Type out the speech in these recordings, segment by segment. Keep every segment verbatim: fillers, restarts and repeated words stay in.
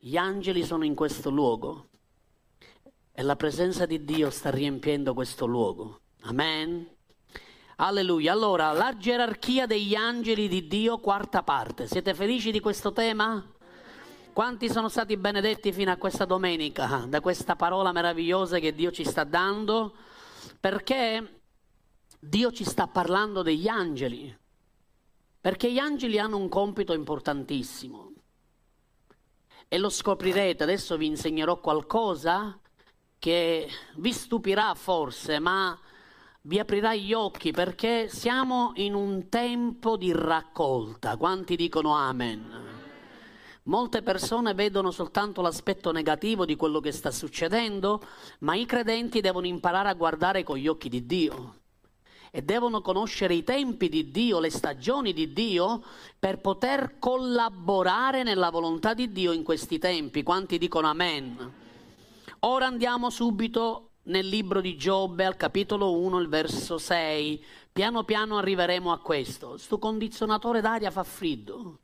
Gli angeli sono in questo luogo e la presenza di Dio sta riempiendo questo luogo. Amen. Alleluia. Allora, la gerarchia degli angeli di Dio, quarta parte. Siete felici di questo tema? Quanti sono stati benedetti fino a questa domenica da questa parola meravigliosa che Dio ci sta dando? Perché Dio ci sta parlando degli angeli. Perché gli angeli hanno un compito importantissimo. E lo scoprirete, adesso vi insegnerò qualcosa che vi stupirà forse, ma vi aprirà gli occhi, perché siamo in un tempo di raccolta. Quanti dicono amen? Molte persone vedono soltanto l'aspetto negativo di quello che sta succedendo, ma i credenti devono imparare a guardare con gli occhi di Dio e devono conoscere i tempi di Dio, le stagioni di Dio, per poter collaborare nella volontà di Dio in questi tempi. Quanti dicono amen? Ora andiamo subito nel libro di Giobbe, al capitolo uno, il verso sei. Piano piano arriveremo a questo. Sto condizionatore d'aria fa freddo.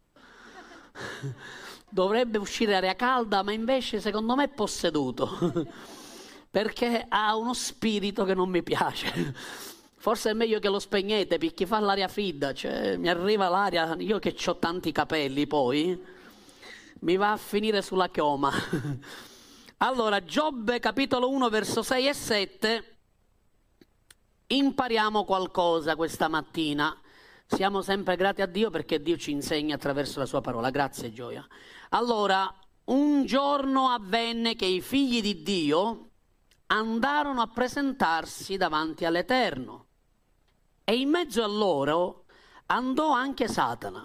Dovrebbe uscire aria calda, ma invece secondo me è posseduto, perché ha uno spirito che non mi piace. Forse è meglio che lo spegnete, perché fa l'aria fredda, cioè mi arriva l'aria, io che ho tanti capelli poi, mi va a finire sulla chioma. Allora, Giobbe capitolo uno, verso sei e sette, impariamo qualcosa questa mattina. Siamo sempre grati a Dio perché Dio ci insegna attraverso la sua parola. Grazie, Gioia. Allora, un giorno avvenne che i figli di Dio andarono a presentarsi davanti all'Eterno e in mezzo a loro andò anche Satana.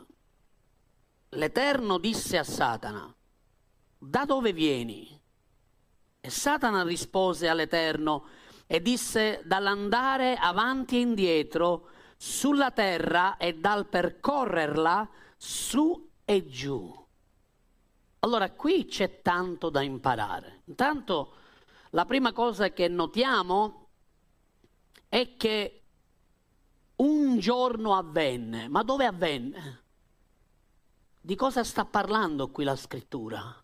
L'Eterno disse a Satana: da dove vieni? E Satana rispose all'Eterno e disse: dall'andare avanti e indietro sulla terra e dal percorrerla su e giù. Allora qui c'è tanto da imparare. Intanto la prima cosa che notiamo è che un giorno avvenne. Ma dove avvenne? Di cosa sta parlando qui la scrittura?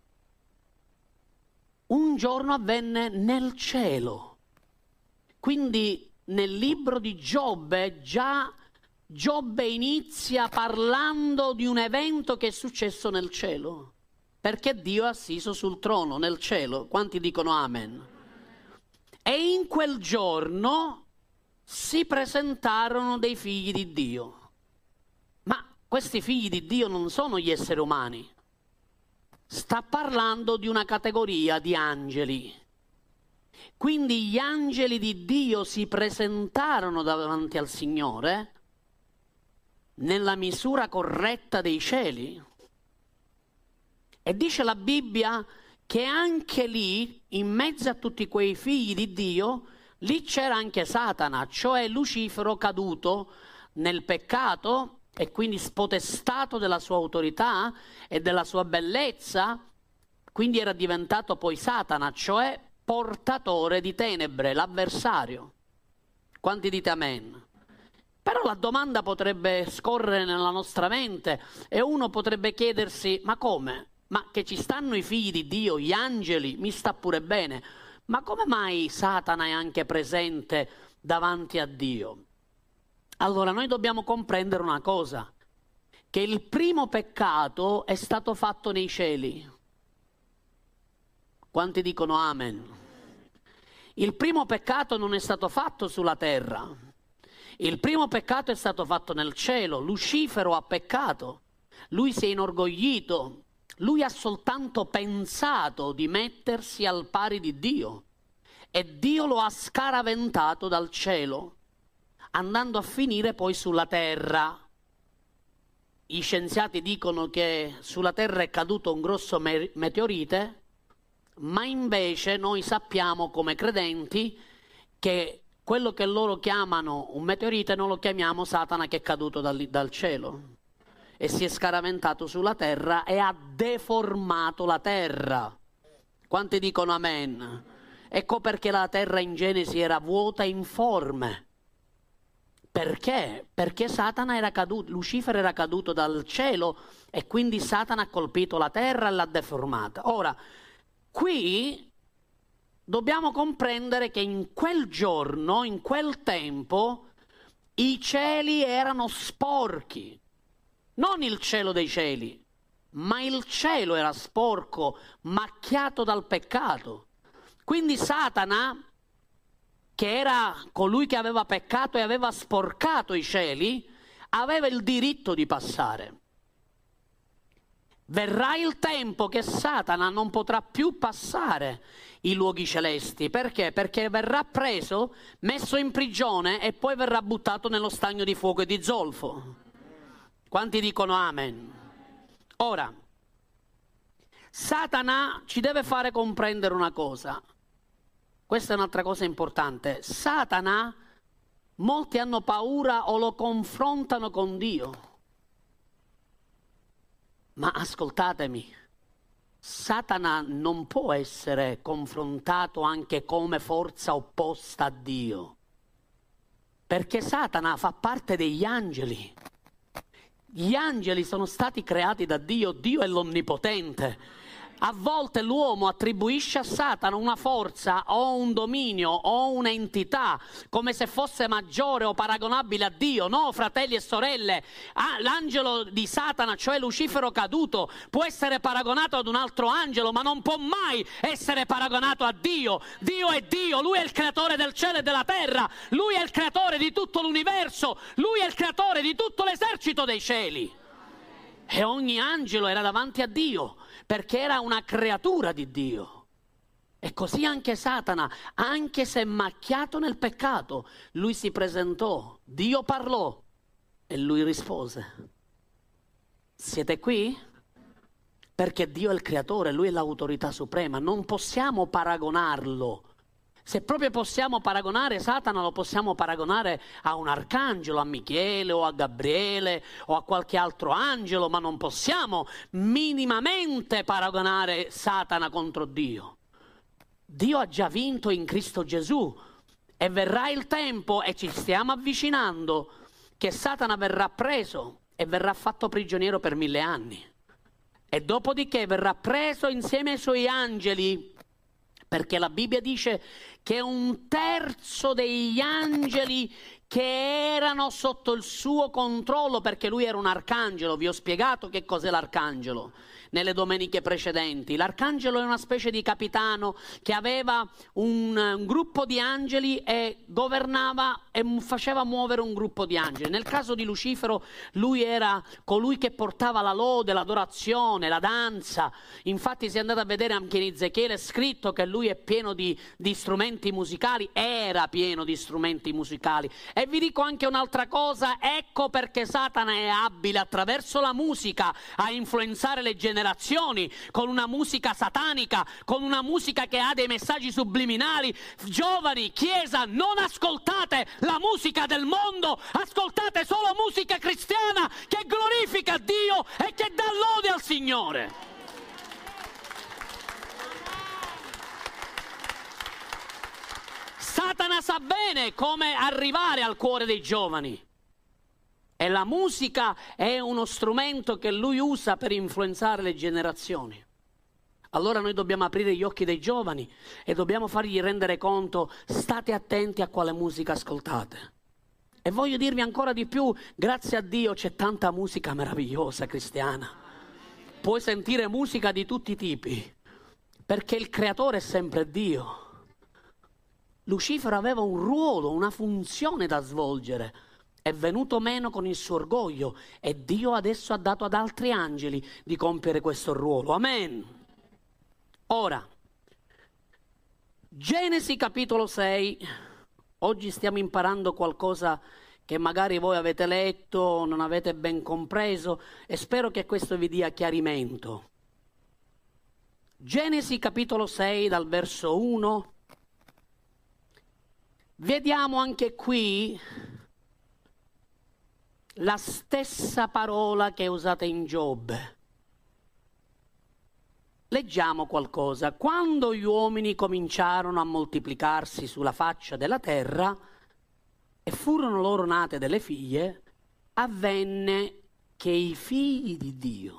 Un giorno avvenne nel cielo. Quindi nel libro di Giobbe già Giobbe inizia parlando di un evento che è successo nel cielo, perché Dio è assiso sul trono nel cielo. Quanti dicono amen? E in quel giorno si presentarono dei figli di Dio. Ma questi figli di Dio non sono gli esseri umani. Sta parlando di una categoria di angeli. Quindi gli angeli di Dio si presentarono davanti al Signore nella misura corretta dei cieli. E dice la Bibbia che anche lì, in mezzo a tutti quei figli di Dio, lì c'era anche Satana, cioè Lucifero caduto nel peccato e quindi spodestato della sua autorità e della sua bellezza, quindi era diventato poi Satana, cioè portatore di tenebre, l'avversario. Quanti dite amen? Però la domanda potrebbe scorrere nella nostra mente e uno potrebbe chiedersi: ma come? Ma che ci stanno i figli di Dio, gli angeli, mi sta pure bene, ma come mai Satana è anche presente davanti a Dio? Allora noi dobbiamo comprendere una cosa, che il primo peccato è stato fatto nei cieli. Quanti dicono amen? Il primo peccato non è stato fatto sulla terra. Il primo peccato è stato fatto nel cielo. Lucifero ha peccato. Lui si è inorgoglito. Lui ha soltanto pensato di mettersi al pari di Dio. E Dio lo ha scaraventato dal cielo, andando a finire poi sulla terra. Gli scienziati dicono che sulla terra è caduto un grosso meteorite, ma invece noi sappiamo come credenti che quello che loro chiamano un meteorite non lo chiamiamo Satana, che è caduto dal, dal cielo e si è scaraventato sulla terra e ha deformato la terra. Quanti dicono amen? Ecco perché la terra in Genesi era vuota e informe. Perché? Perché Satana era caduto, Lucifero era caduto dal cielo e quindi Satana ha colpito la terra e l'ha deformata. Ora, qui dobbiamo comprendere che in quel giorno, in quel tempo, i cieli erano sporchi. Non il cielo dei cieli, ma il cielo era sporco, macchiato dal peccato. Quindi Satana, che era colui che aveva peccato e aveva sporcato i cieli, aveva il diritto di passare. Verrà il tempo che Satana non potrà più passare i luoghi celesti. Perché? Perché verrà preso, messo in prigione e poi verrà buttato nello stagno di fuoco e di zolfo. Quanti dicono amen? Ora, Satana ci deve fare comprendere una cosa. Questa è un'altra cosa importante. Satana, molti hanno paura o lo confrontano con Dio. Ma ascoltatemi, Satana non può essere confrontato anche come forza opposta a Dio. Perché Satana fa parte degli angeli. Gli angeli sono stati creati da Dio, Dio è l'Onnipotente. A volte l'uomo attribuisce a Satana una forza o un dominio o un'entità come se fosse maggiore o paragonabile a Dio. No, fratelli e sorelle, ah, l'angelo di Satana, cioè Lucifero caduto, può essere paragonato ad un altro angelo, ma non può mai essere paragonato a Dio. Dio è Dio, Lui è il creatore del cielo e della terra, Lui è il creatore di tutto l'universo, Lui è il creatore di tutto l'esercito dei cieli. E ogni angelo era davanti a Dio, perché era una creatura di Dio. E così anche Satana, anche se macchiato nel peccato, lui si presentò, Dio parlò e lui rispose. Siete qui? Perché Dio è il creatore, lui è l'autorità suprema, non possiamo paragonarlo. Se proprio possiamo paragonare Satana, lo possiamo paragonare a un arcangelo, a Michele o a Gabriele o a qualche altro angelo, ma non possiamo minimamente paragonare Satana contro Dio. Dio ha già vinto in Cristo Gesù e verrà il tempo, e ci stiamo avvicinando, che Satana verrà preso e verrà fatto prigioniero per mille anni. E dopodiché verrà preso insieme ai suoi angeli, perché la Bibbia dice che un terzo degli angeli che erano sotto il suo controllo, perché lui era un arcangelo, vi ho spiegato che cos'è l'arcangelo nelle domeniche precedenti. L'arcangelo è una specie di capitano che aveva un, un gruppo di angeli e governava e faceva muovere un gruppo di angeli. Nel caso di Lucifero lui era colui che portava la lode, l'adorazione, la danza. Infatti se andate a vedere anche in Ezechiele è scritto che lui è pieno di, di strumenti musicali, era pieno di strumenti musicali. E vi dico anche un'altra cosa, ecco perché Satana è abile attraverso la musica a influenzare le generazioni, con una musica satanica, con una musica che ha dei messaggi subliminali. Giovani, chiesa, non ascoltate la musica del mondo, ascoltate solo musica cristiana che glorifica Dio e che dà lode al Signore. Satana sa bene come arrivare al cuore dei giovani. E la musica è uno strumento che lui usa per influenzare le generazioni. Allora noi dobbiamo aprire gli occhi dei giovani e dobbiamo fargli rendere conto, state attenti a quale musica ascoltate. E voglio dirvi ancora di più, grazie a Dio c'è tanta musica meravigliosa cristiana. Puoi sentire musica di tutti i tipi, perché il creatore è sempre Dio. Lucifero aveva un ruolo, una funzione da svolgere. È venuto meno con il suo orgoglio e Dio adesso ha dato ad altri angeli di compiere questo ruolo. Amen. Ora, Genesi capitolo sei. Oggi stiamo imparando qualcosa che magari voi avete letto, non avete ben compreso, e spero che questo vi dia chiarimento. Genesi capitolo sei dal verso uno. Vediamo anche qui la stessa parola che è usata in Giobbe. Leggiamo qualcosa. Quando gli uomini cominciarono a moltiplicarsi sulla faccia della terra, e furono loro nate delle figlie, avvenne che i figli di Dio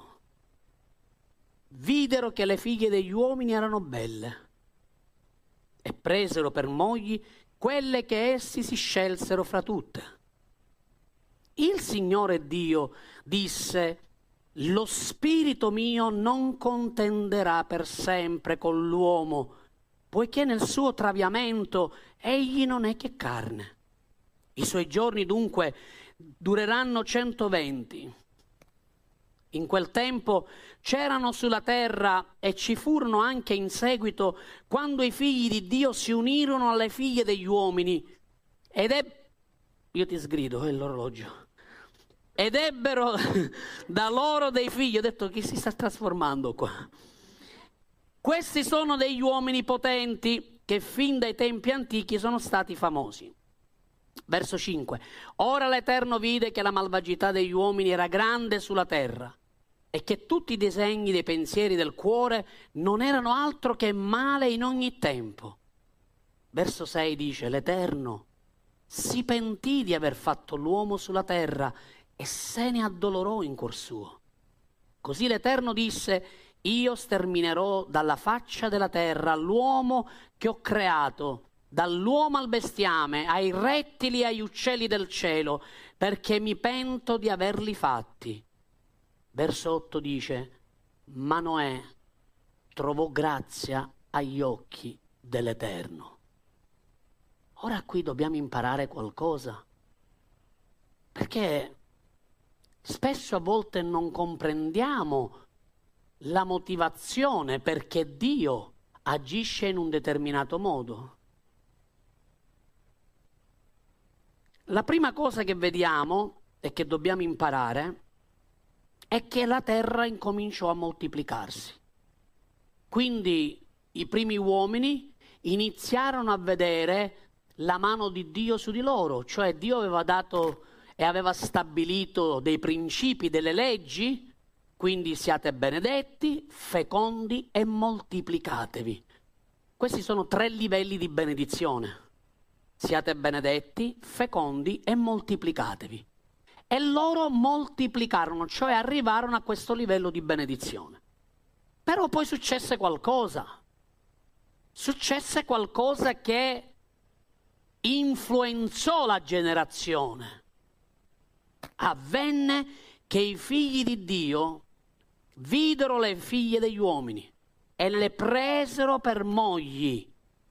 videro che le figlie degli uomini erano belle e presero per mogli quelle che essi si scelsero fra tutte. Il Signore Dio disse: lo spirito mio non contenderà per sempre con l'uomo, poiché nel suo traviamento egli non è che carne. I suoi giorni dunque dureranno centoventi. In quel tempo c'erano sulla terra e ci furono anche in seguito, quando i figli di Dio si unirono alle figlie degli uomini ed è... io ti sgrido, è l'orologio. Ed ebbero da loro dei figli. Ho detto, chi si sta trasformando qua? Questi sono degli uomini potenti che fin dai tempi antichi sono stati famosi. Verso cinque. Ora l'Eterno vide che la malvagità degli uomini era grande sulla terra e che tutti i disegni dei pensieri del cuore non erano altro che male in ogni tempo. Verso sei dice: l'Eterno si pentì di aver fatto l'uomo sulla terra e se ne addolorò in cuor suo. Così l'Eterno disse: io sterminerò dalla faccia della terra l'uomo che ho creato, dall'uomo al bestiame, ai rettili e agli uccelli del cielo, perché mi pento di averli fatti. Verso otto dice: ma Noè trovò grazia agli occhi dell'Eterno. Ora qui dobbiamo imparare qualcosa, perché spesso a volte non comprendiamo la motivazione perché Dio agisce in un determinato modo. La prima cosa che vediamo e che dobbiamo imparare è che la terra incominciò a moltiplicarsi. Quindi i primi uomini iniziarono a vedere la mano di Dio su di loro, cioè Dio aveva dato e aveva stabilito dei principi, delle leggi, quindi siate benedetti, fecondi e moltiplicatevi. Questi sono tre livelli di benedizione. Siate benedetti, fecondi e moltiplicatevi. E loro moltiplicarono, cioè arrivarono a questo livello di benedizione. Però poi successe qualcosa. Successe qualcosa che influenzò la generazione. Avvenne che i figli di Dio videro le figlie degli uomini e le presero per mogli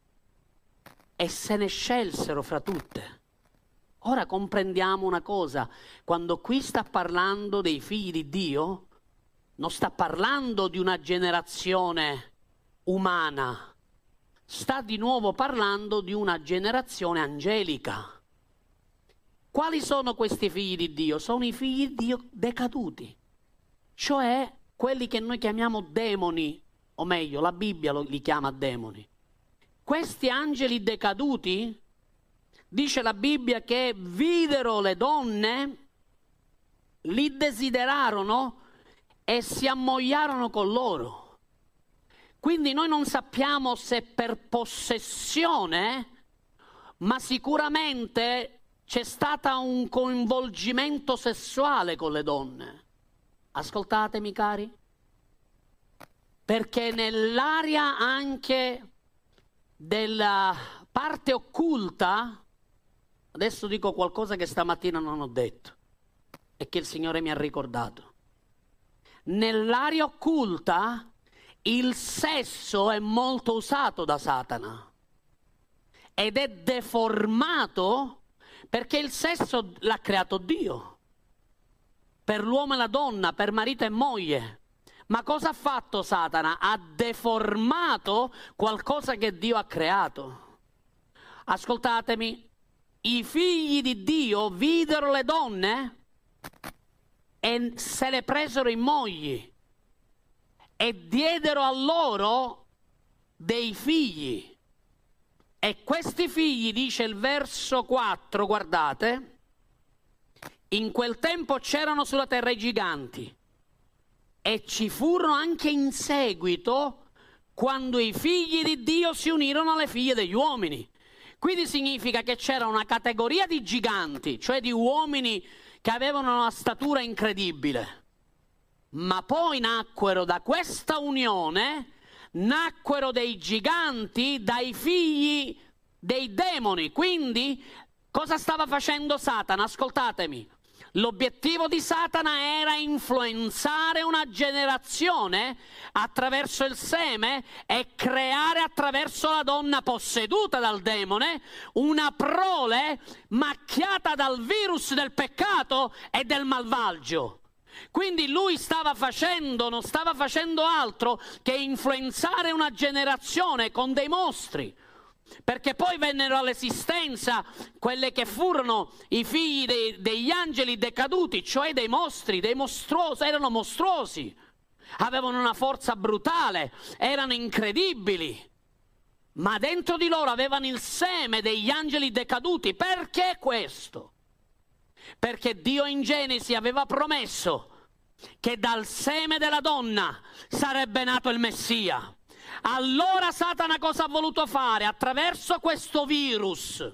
e se ne scelsero fra tutte. Ora comprendiamo una cosa: quando qui sta parlando dei figli di Dio, non sta parlando di una generazione umana, sta di nuovo parlando di una generazione angelica. Quali sono questi figli di Dio? Sono i figli di Dio decaduti, cioè quelli che noi chiamiamo demoni, o meglio, la Bibbia li chiama demoni. Questi angeli decaduti, dice la Bibbia, che videro le donne, li desiderarono e si ammogliarono con loro. Quindi noi non sappiamo se per possessione, ma sicuramente c'è stato un coinvolgimento sessuale con le donne. Ascoltatemi, cari, perché nell'area anche della parte occulta, adesso dico qualcosa che stamattina non ho detto e che il Signore mi ha ricordato. Nell'area occulta il sesso è molto usato da Satana ed è deformato perché il sesso l'ha creato Dio, per l'uomo e la donna, per marito e moglie. Ma cosa ha fatto Satana? Ha deformato qualcosa che Dio ha creato. Ascoltatemi, i figli di Dio videro le donne e se le presero in mogli e diedero a loro dei figli. E questi figli, dice il verso quattro, guardate, in quel tempo c'erano sulla terra i giganti e ci furono anche in seguito quando i figli di Dio si unirono alle figlie degli uomini. Quindi significa che c'era una categoria di giganti, cioè di uomini che avevano una statura incredibile, ma poi nacquero da questa unione, nacquero dei giganti dai figli dei demoni. Quindi cosa stava facendo Satana? Ascoltatemi. L'obiettivo di Satana era influenzare una generazione attraverso il seme e creare attraverso la donna posseduta dal demone una prole macchiata dal virus del peccato e del malvagio. Quindi lui stava facendo, non stava facendo altro che influenzare una generazione con dei mostri. Perché poi vennero all'esistenza quelle che furono i figli dei, degli angeli decaduti, cioè dei mostri, dei mostruosi, erano mostruosi, avevano una forza brutale, erano incredibili, ma dentro di loro avevano il seme degli angeli decaduti. Perché questo? Perché Dio in Genesi aveva promesso che dal seme della donna sarebbe nato il Messia. Allora Satana cosa ha voluto fare? Attraverso questo virus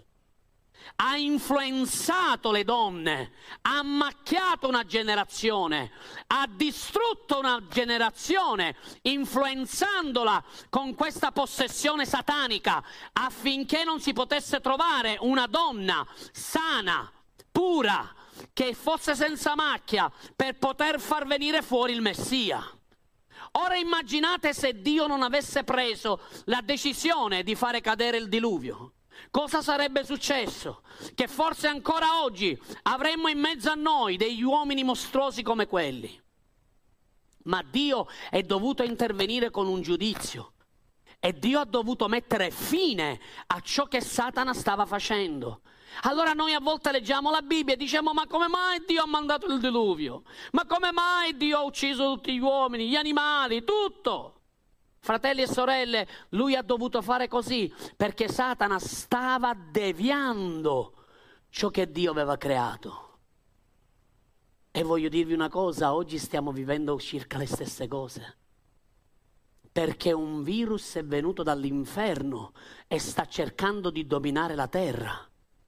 ha influenzato le donne, ha macchiato una generazione, ha distrutto una generazione, influenzandola con questa possessione satanica, affinché non si potesse trovare una donna sana, pura, che fosse senza macchia, per poter far venire fuori il Messia. Ora immaginate se Dio non avesse preso la decisione di fare cadere il diluvio. Cosa sarebbe successo? Che forse ancora oggi avremmo in mezzo a noi degli uomini mostruosi come quelli. Ma Dio è dovuto intervenire con un giudizio. E Dio ha dovuto mettere fine a ciò che Satana stava facendo. Allora noi a volte leggiamo la Bibbia e diciamo: ma come mai Dio ha mandato il diluvio? Ma come mai Dio ha ucciso tutti gli uomini, gli animali, tutto? Fratelli e sorelle, lui ha dovuto fare così perché Satana stava deviando ciò che Dio aveva creato. E voglio dirvi una cosa, oggi stiamo vivendo circa le stesse cose. Perché un virus è venuto dall'inferno e sta cercando di dominare la terra.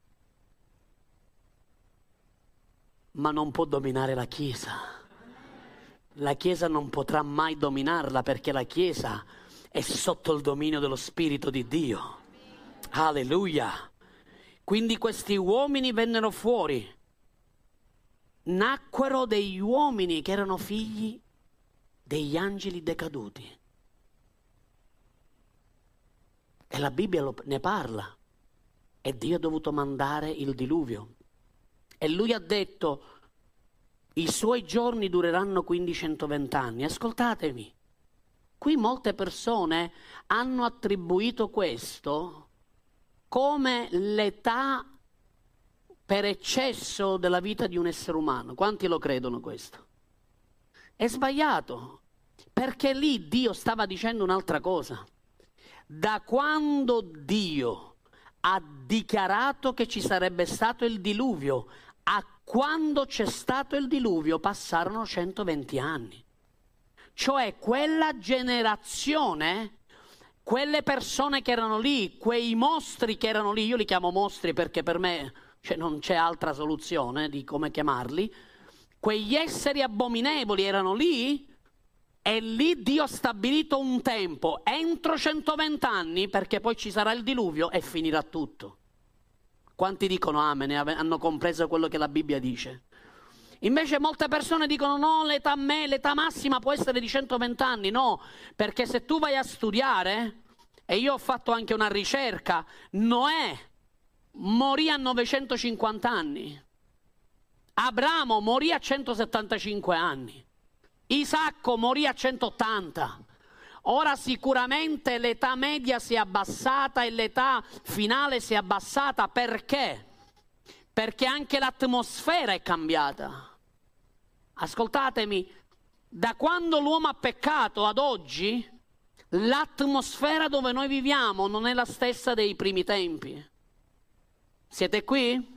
Ma non può dominare la Chiesa. La Chiesa non potrà mai dominarla, perché la Chiesa è sotto il dominio dello Spirito di Dio. Alleluia! Quindi questi uomini vennero fuori. Nacquero degli uomini che erano figli degli angeli decaduti. E la Bibbia lo, ne parla. E Dio ha dovuto mandare il diluvio. E lui ha detto: i suoi giorni dureranno quindi centoventi anni. Ascoltatemi, qui molte persone hanno attribuito questo come l'età per eccesso della vita di un essere umano. Quanti lo credono questo? È sbagliato, perché lì Dio stava dicendo un'altra cosa. Da quando Dio ha dichiarato che ci sarebbe stato il diluvio a quando c'è stato il diluvio passarono centoventi anni. Cioè quella generazione, quelle persone che erano lì, quei mostri che erano lì, io li chiamo mostri perché per me cioè, non c'è altra soluzione di come chiamarli, quegli esseri abominevoli erano lì, e lì Dio ha stabilito un tempo, entro centoventi anni, perché poi ci sarà il diluvio e finirà tutto. Quanti dicono amen e hanno compreso quello che la Bibbia dice? Invece molte persone dicono: no, l'età, me, l'età massima può essere di centoventi anni. No, perché se tu vai a studiare, e io ho fatto anche una ricerca, Noè morì a novecentocinquanta anni, Abramo morì a centosettantacinque anni, Isacco morì a centottanta. Ora sicuramente l'età media si è abbassata e l'età finale si è abbassata. Perché? Perché anche l'atmosfera è cambiata. Ascoltatemi, da quando l'uomo ha peccato ad oggi, l'atmosfera dove noi viviamo non è la stessa dei primi tempi. Siete qui?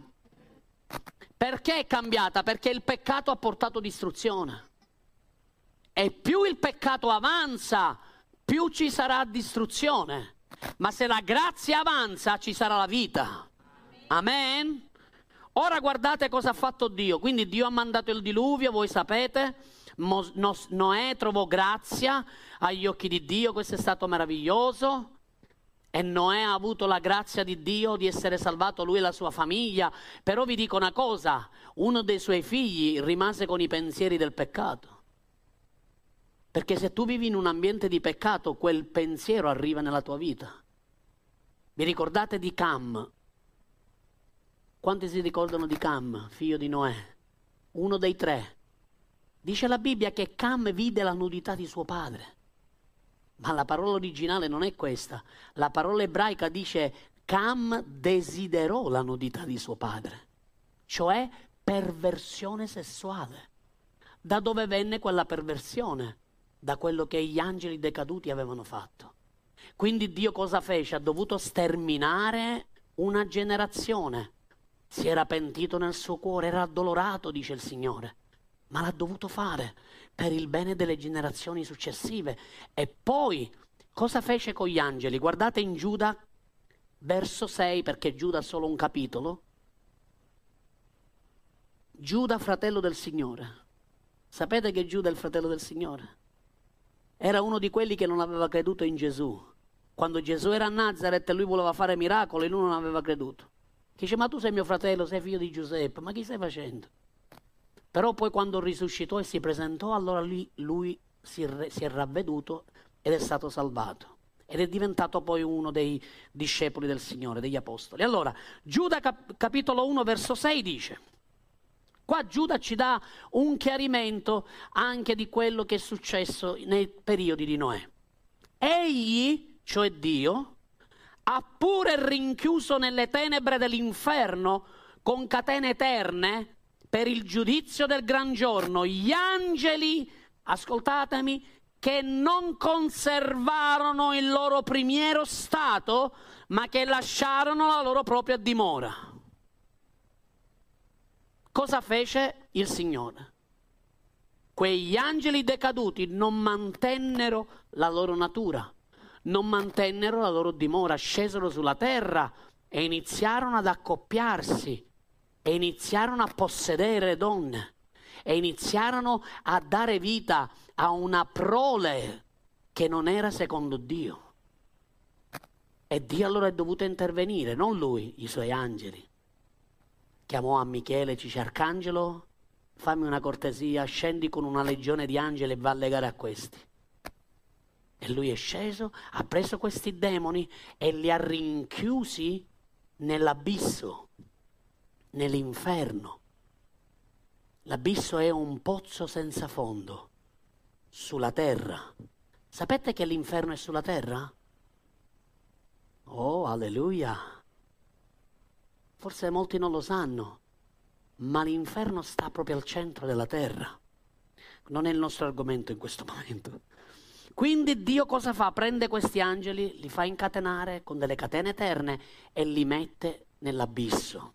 Perché è cambiata? Perché il peccato ha portato distruzione. E più il peccato avanza, più ci sarà distruzione. Ma se la grazia avanza, ci sarà la vita. Amen? Ora guardate cosa ha fatto Dio. Quindi Dio ha mandato il diluvio, voi sapete. Mo- no- Noè trovò grazia agli occhi di Dio, questo è stato meraviglioso. E Noè ha avuto la grazia di Dio di essere salvato, lui e la sua famiglia. Però vi dico una cosa, uno dei suoi figli rimase con i pensieri del peccato. Perché se tu vivi in un ambiente di peccato, quel pensiero arriva nella tua vita. Vi ricordate di Cam? Quanti si ricordano di Cam, figlio di Noè? Uno dei tre. Dice la Bibbia che Cam vide la nudità di suo padre. Ma la parola originale non è questa. La parola ebraica dice Cam desiderò la nudità di suo padre. Cioè perversione sessuale. Da dove venne quella perversione? Da quello che gli angeli decaduti avevano fatto. Quindi Dio cosa fece? Ha dovuto sterminare una generazione. Si era pentito nel suo cuore, era addolorato, dice il Signore. Ma l'ha dovuto fare per il bene delle generazioni successive. E poi cosa fece con gli angeli? Guardate in Giuda, verso sei, perché Giuda ha solo un capitolo. Giuda, fratello del Signore. Sapete che Giuda è il fratello del Signore? Era uno di quelli che non aveva creduto in Gesù. Quando Gesù era a Nazaret e lui voleva fare miracoli, lui non aveva creduto. Dice, ma tu sei mio fratello, sei figlio di Giuseppe, ma chi stai facendo? Però poi quando risuscitò e si presentò, allora lui, lui si, si è ravveduto ed è stato salvato. Ed è diventato poi uno dei discepoli del Signore, degli apostoli. Allora, Giuda cap- capitolo uno, verso sei dice, qua Giuda ci dà un chiarimento anche di quello che è successo nei periodi di Noè. Egli, cioè Dio, ha pure rinchiuso nelle tenebre dell'inferno con catene eterne per il giudizio del gran giorno gli angeli, ascoltatemi, che non conservarono il loro primiero stato, ma che lasciarono la loro propria dimora. Cosa fece il Signore? Quegli angeli decaduti non mantennero la loro natura, non mantennero la loro dimora, scesero sulla terra e iniziarono ad accoppiarsi, e iniziarono a possedere le donne, e iniziarono a dare vita a una prole che non era secondo Dio. E Dio allora è dovuto intervenire, non lui, i suoi angeli. Chiamò a Michele, dice, Arcangelo, fammi una cortesia, scendi con una legione di angeli e va a legare a questi. E lui è sceso, ha preso questi demoni e li ha rinchiusi nell'abisso, nell'inferno. L'abisso è un pozzo senza fondo, sulla terra. Sapete che l'inferno è sulla terra? Oh, alleluia! Forse molti non lo sanno, ma l'inferno sta proprio al centro della terra. Non è il nostro argomento in questo momento. Quindi Dio cosa fa? Prende questi angeli, li fa incatenare con delle catene eterne e li mette nell'abisso.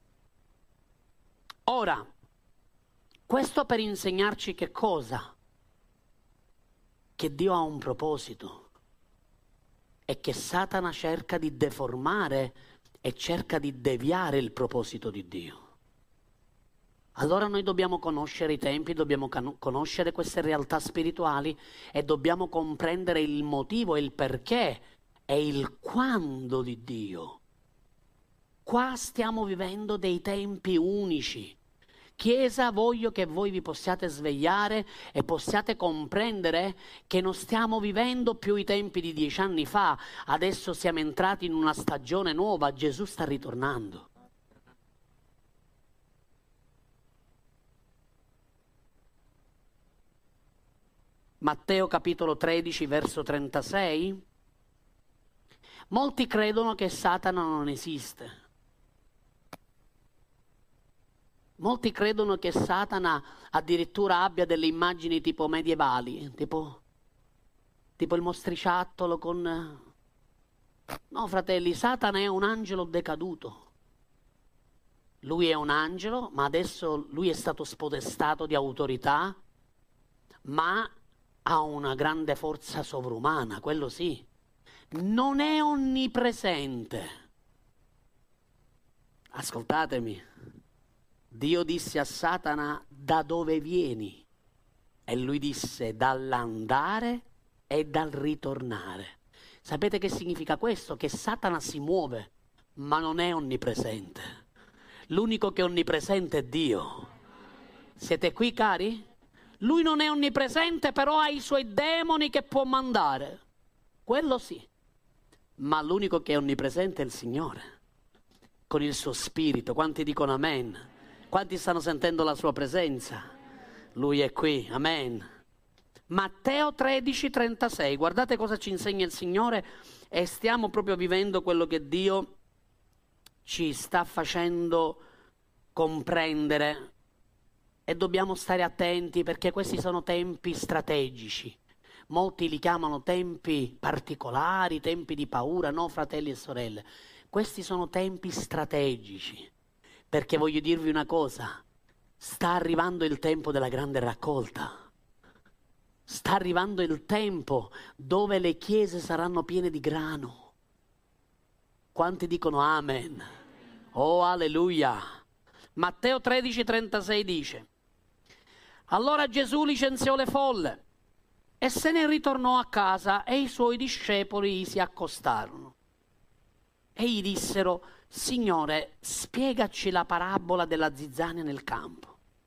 Ora, questo per insegnarci che cosa? Che Dio ha un proposito e che Satana cerca di deformare e cerca di deviare il proposito di Dio. Allora noi dobbiamo conoscere i tempi, dobbiamo can- conoscere queste realtà spirituali e dobbiamo comprendere il motivo, il perché e il quando di Dio. Qua stiamo vivendo dei tempi unici. Chiesa, voglio che voi vi possiate svegliare e possiate comprendere che non stiamo vivendo più i tempi di dieci anni fa, adesso siamo entrati in una stagione nuova, Gesù sta ritornando. Matteo capitolo tredici, verso trentasei. Molti credono che Satana non esiste. Molti credono che Satana addirittura abbia delle immagini tipo medievali, tipo, tipo il mostriciattolo con... No, fratelli, Satana è un angelo decaduto. Lui è un angelo, ma adesso lui è stato spodestato di autorità, ma ha una grande forza sovrumana, quello sì. non è onnipresente. Ascoltatemi, Dio disse a Satana: da dove vieni? E lui disse: dall'andare e dal ritornare. Sapete che significa questo? Che Satana si muove, ma non è onnipresente. L'unico che è onnipresente è Dio. Siete qui, cari? Lui non è onnipresente, però ha i suoi demoni che può mandare. Quello sì. Ma l'unico che è onnipresente è il Signore, con il suo spirito. Quanti dicono amen? Quanti stanno sentendo la sua presenza? Lui è qui, amen. Matteo tredici trentasei, guardate cosa ci insegna il Signore, e stiamo proprio vivendo quello che Dio ci sta facendo comprendere, e dobbiamo stare attenti perché questi sono tempi strategici. Molti li chiamano tempi particolari, tempi di paura. No, fratelli e sorelle, questi sono tempi strategici, perché voglio dirvi una cosa: sta arrivando il tempo della grande raccolta. Sta arrivando il tempo dove le chiese saranno piene di grano. Quanti dicono amen? Oh, alleluia! Matteo tredici trentasei dice: allora Gesù licenziò le folle e se ne ritornò a casa, e i suoi discepoli si accostarono e gli dissero: Signore, spiegaci la parabola della zizzania nel campo.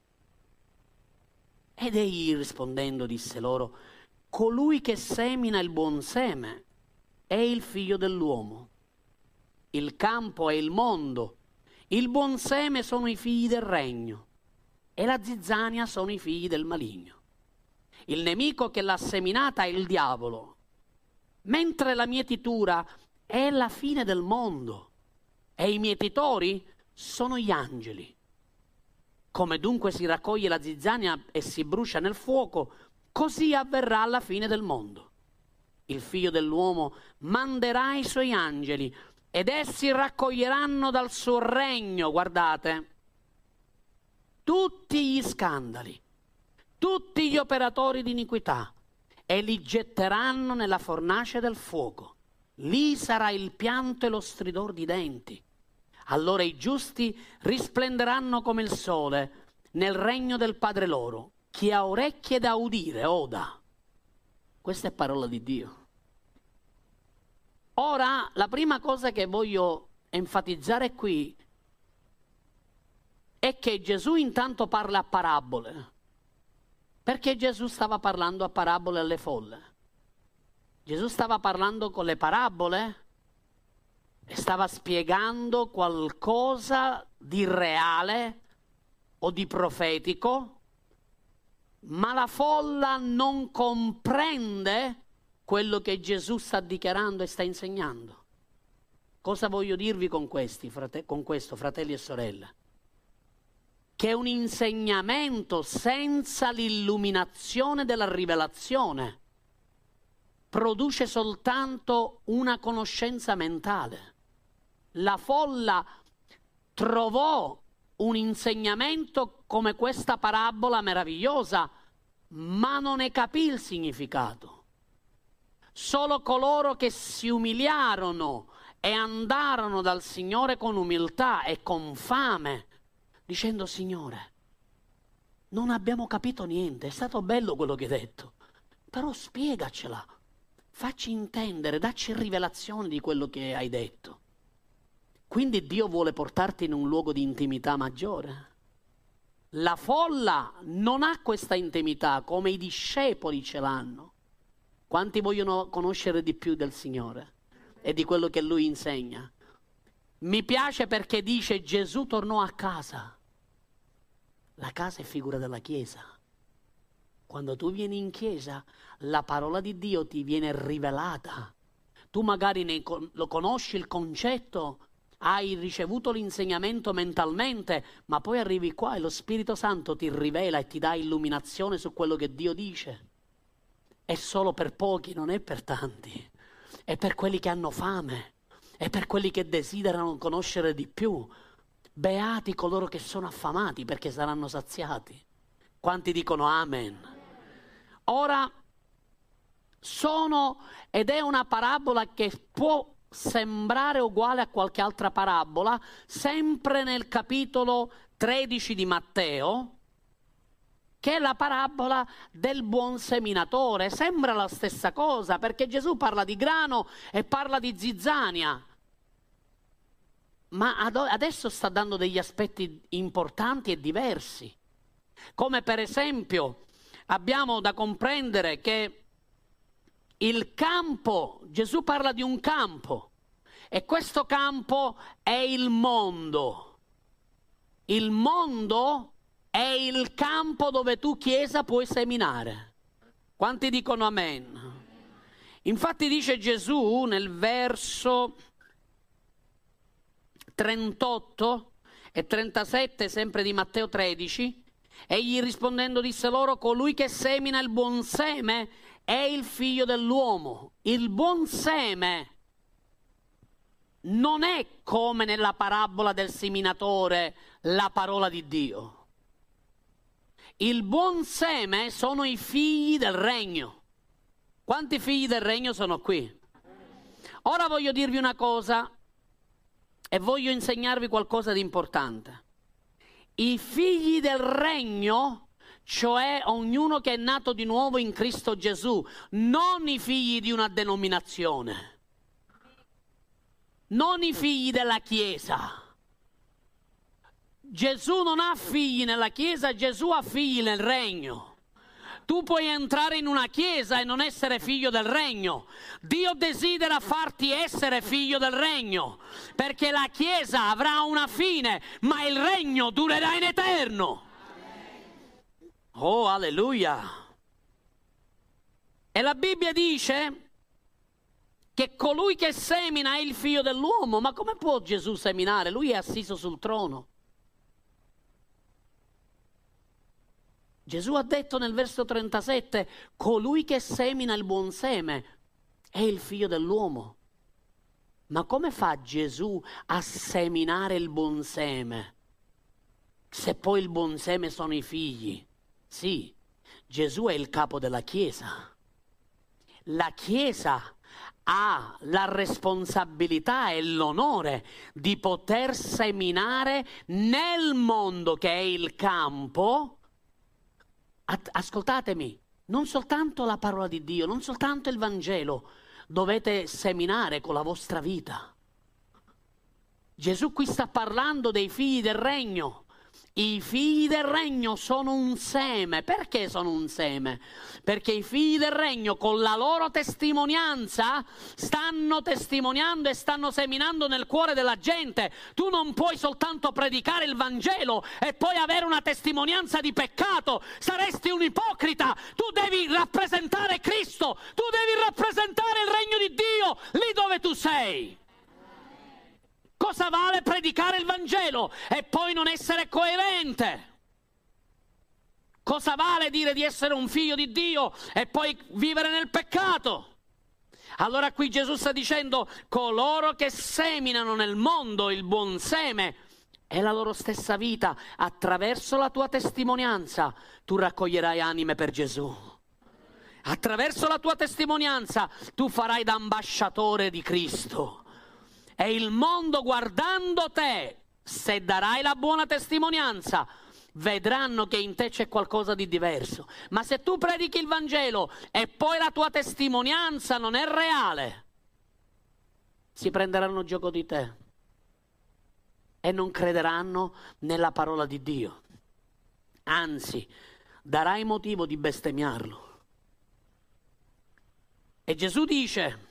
Ed egli rispondendo disse loro: colui che semina il buon seme è il figlio dell'uomo. Il campo è il mondo, il buon seme sono i figli del regno e la zizzania sono i figli del maligno. Il nemico che l'ha seminata è il diavolo, mentre la mietitura è la fine del mondo e i mietitori sono gli angeli. Come dunque si raccoglie la zizzania e si brucia nel fuoco, così avverrà alla fine del mondo. Il figlio dell'uomo manderà i suoi angeli ed essi raccoglieranno dal suo regno, guardate, tutti gli scandali, tutti gli operatori di iniquità, e li getteranno nella fornace del fuoco. Lì sarà il pianto e lo stridor di denti. Allora i giusti risplenderanno come il sole nel regno del Padre loro. Chi ha orecchie da udire, oda. Questa è parola di Dio. Ora, la prima cosa che voglio enfatizzare qui è che Gesù intanto parla a parabole. Perché Gesù stava parlando a parabole alle folle? Gesù stava parlando con le parabole e stava spiegando qualcosa di reale o di profetico, ma la folla non comprende quello che Gesù sta dichiarando e sta insegnando. Cosa voglio dirvi con, questi, frate- con questo, fratelli e sorelle? Che un insegnamento senza l'illuminazione della rivelazione produce soltanto una conoscenza mentale. La folla trovò un insegnamento come questa parabola meravigliosa, ma non ne capì il significato. Solo coloro che si umiliarono e andarono dal Signore con umiltà e con fame, dicendo: Signore, non abbiamo capito niente, è stato bello quello che hai detto, però spiegacela, facci intendere, dacci rivelazione di quello che hai detto. Quindi Dio vuole portarti in un luogo di intimità maggiore. La folla non ha questa intimità come i discepoli ce l'hanno. Quanti vogliono conoscere di più del Signore e di quello che Lui insegna? Mi piace perché dice: Gesù tornò a casa. La casa è figura della Chiesa. Quando tu vieni in chiesa, la parola di Dio ti viene rivelata. Tu magari ne con- lo conosci il concetto, hai ricevuto l'insegnamento mentalmente, ma poi arrivi qua e lo Spirito Santo ti rivela e ti dà illuminazione su quello che Dio dice. È solo per pochi, non è per tanti. È per quelli che hanno fame, è per quelli che desiderano conoscere di più. Beati coloro che sono affamati, perché saranno saziati. Quanti dicono amen? Ora, sono, ed è una parabola che può sembrare uguale a qualche altra parabola, sempre nel capitolo tredici di Matteo, che è la parabola del buon seminatore. Sembra la stessa cosa, perché Gesù parla di grano e parla di zizzania, ma ad- adesso sta dando degli aspetti importanti e diversi, come per esempio abbiamo da comprendere che il campo, Gesù parla di un campo, e questo campo è il mondo. Il mondo è il campo dove tu, Chiesa, puoi seminare. Quanti dicono amen? Infatti dice Gesù nel verso trentotto e trentasette, sempre di Matteo tredici, egli rispondendo disse loro: colui che semina il buon seme è il figlio dell'uomo. Il buon seme non è, come nella parabola del seminatore, la parola di Dio. Il buon seme sono i figli del regno. Quanti figli del regno sono qui? Ora voglio dirvi una cosa e voglio insegnarvi qualcosa di importante. I figli del regno, cioè ognuno che è nato di nuovo in Cristo Gesù, non i figli di una denominazione, non i figli della Chiesa. Gesù non ha figli nella Chiesa, Gesù ha figli nel regno. Tu puoi entrare in una chiesa e non essere figlio del regno. Dio desidera farti essere figlio del regno, perché la chiesa avrà una fine, ma il regno durerà in eterno. Oh, alleluia! E la Bibbia dice che colui che semina è il figlio dell'uomo. Ma come può Gesù seminare? Lui è assiso sul trono. Gesù ha detto nel verso trentasette: colui che semina il buon seme è il figlio dell'uomo. Ma come fa Gesù a seminare il buon seme, se poi il buon seme sono i figli? Sì, Gesù è il capo della Chiesa. La Chiesa ha la responsabilità e l'onore di poter seminare nel mondo, che è il campo. Ascoltatemi, non soltanto la parola di Dio, non soltanto il Vangelo, dovete seminare con la vostra vita. Gesù qui sta parlando dei figli del regno. I figli del regno sono un seme. Perché sono un seme? Perché i figli del regno con la loro testimonianza stanno testimoniando e stanno seminando nel cuore della gente. Tu non puoi soltanto predicare il Vangelo e poi avere una testimonianza di peccato. Saresti un ipocrita. Tu devi rappresentare Cristo. Tu devi rappresentare il regno di Dio lì dove tu sei. Cosa vale predicare il Vangelo e poi non essere coerente? Cosa vale dire di essere un figlio di Dio e poi vivere nel peccato? Allora qui Gesù sta dicendo: coloro che seminano nel mondo il buon seme è la loro stessa vita. Attraverso la tua testimonianza tu raccoglierai anime per Gesù. Attraverso la tua testimonianza tu farai da ambasciatore di Cristo. E il mondo, guardando te, se darai la buona testimonianza, vedranno che in te c'è qualcosa di diverso. Ma se tu predichi il Vangelo e poi la tua testimonianza non è reale, si prenderanno gioco di te e non crederanno nella parola di Dio. Anzi, darai motivo di bestemmiarlo. E Gesù dice: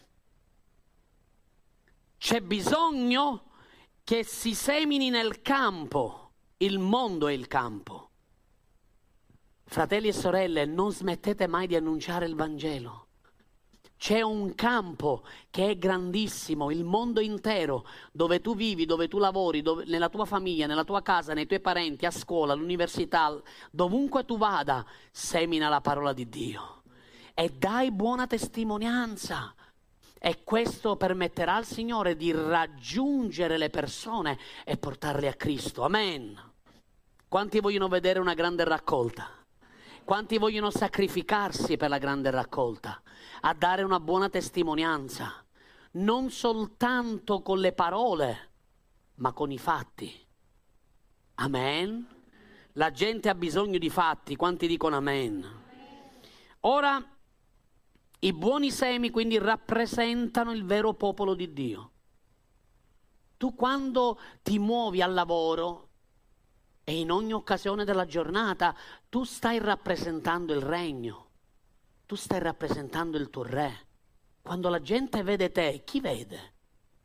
c'è bisogno che si semini nel campo. Il mondo è il campo. Fratelli e sorelle, non smettete mai di annunciare il Vangelo. C'è un campo che è grandissimo, il mondo intero, dove tu vivi, dove tu lavori, dove, nella tua famiglia, nella tua casa, nei tuoi parenti, a scuola, all'università, dovunque tu vada, semina la parola di Dio e dai buona testimonianza. E questo permetterà al Signore di raggiungere le persone e portarle a Cristo. Amen. Quanti vogliono vedere una grande raccolta? Quanti vogliono sacrificarsi per la grande raccolta, a dare una buona testimonianza, non soltanto con le parole, ma con i fatti. Amen? La gente ha bisogno di fatti, quanti dicono amen? Ora, i buoni semi quindi rappresentano il vero popolo di Dio. Tu quando ti muovi al lavoro e in ogni occasione della giornata, tu stai rappresentando il regno, tu stai rappresentando il tuo re. Quando la gente vede te, chi vede?